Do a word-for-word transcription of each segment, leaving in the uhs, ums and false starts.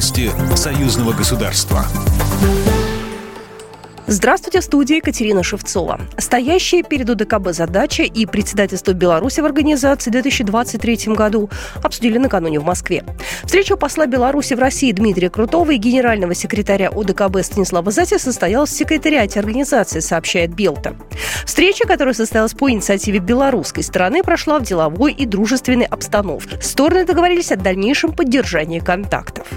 Новости союзного государства. Здравствуйте, в студии Екатерина Шевцова. Стоящие перед ОДКБ задача и председательство Беларуси в организации в две тысячи двадцать третьем году обсудили накануне в Москве. Встреча посла Беларуси в России Дмитрия Крутого и генерального секретаря ОДКБ Станислава Зася состоялась в секретариате организации, сообщает Белта. Встреча, которая состоялась по инициативе белорусской стороны, прошла в деловой и дружественной обстановке. Стороны договорились о дальнейшем поддержании контактов.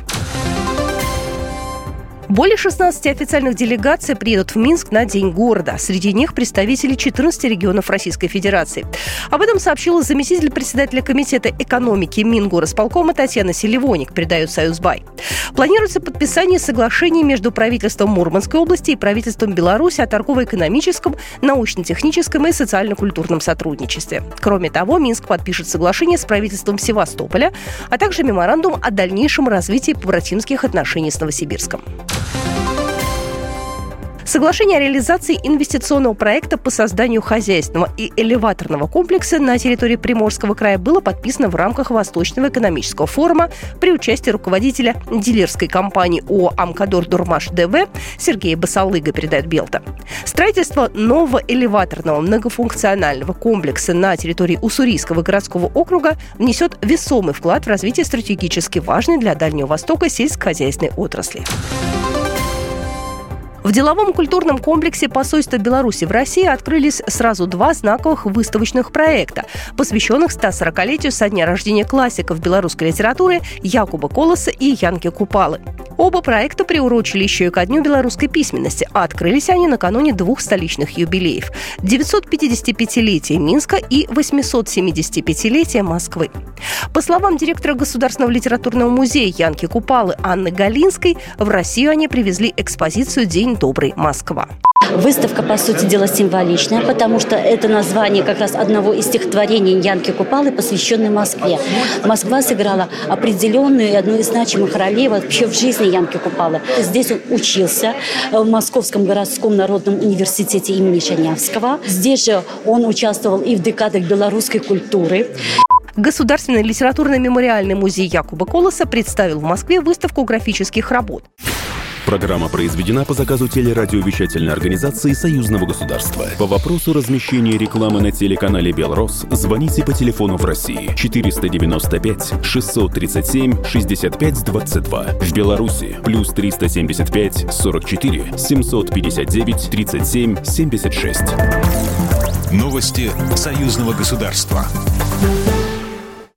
Более шестнадцати официальных делегаций приедут в Минск на День города. Среди них представители четырнадцати регионов Российской Федерации. Об этом сообщила заместитель председателя комитета экономики Мингорисполкома Татьяна Селивоник, передает Союзбай. Планируется подписание соглашений между правительством Мурманской области и правительством Беларуси о торгово-экономическом, научно-техническом и социально-культурном сотрудничестве. Кроме того, Минск подпишет соглашение с правительством Севастополя, а также меморандум о дальнейшем развитии побратимских отношений с Новосибирском. Соглашение о реализации инвестиционного проекта по созданию хозяйственного и элеваторного комплекса на территории Приморского края было подписано в рамках Восточного экономического форума при участии руководителя дилерской компании ООО «Амкадор Дурмаш ДВ» Сергея Басалыга, передает Белта. Строительство нового элеваторного многофункционального комплекса на территории Уссурийского городского округа внесет весомый вклад в развитие стратегически важной для Дальнего Востока сельскохозяйственной отрасли. В деловом культурном комплексе посольства Беларуси в России открылись сразу два знаковых выставочных проекта, посвященных ста сорокалетию со дня рождения классиков белорусской литературы Якуба Колоса и Янки Купалы. Оба проекта приурочили еще и ко Дню белорусской письменности, а открылись они накануне двух столичных юбилеев – девятисотпятидесятипятилетия Минска и восьмисотсемидесятипятилетия Москвы. По словам директора Государственного литературного музея Янки Купалы Анны Галинской, в Россию они привезли экспозицию «День добрый, Москва». Выставка, по сути дела, символичная, потому что это название как раз одного из стихотворений Янки Купалы, посвященной Москве. Москва сыграла определенную и одну из значимых ролей вообще в жизни Янки Купалы. Здесь он учился в Московском городском народном университете имени Шанявского. Здесь же он участвовал и в декадах белорусской культуры. Государственный литературно-мемориальный музей Якуба Колоса представил в Москве выставку графических работ. Программа произведена по заказу телерадиовещательной организации Союзного государства. По вопросу размещения рекламы на телеканале «Белрос» звоните по телефону в России четыреста девяносто пять шестьсот тридцать семь шестьдесят пять двадцать два. В Беларуси плюс триста семьдесят пять сорок четыре семьсот пятьдесят девять тридцать семь семьдесят шесть. Новости союзного государства.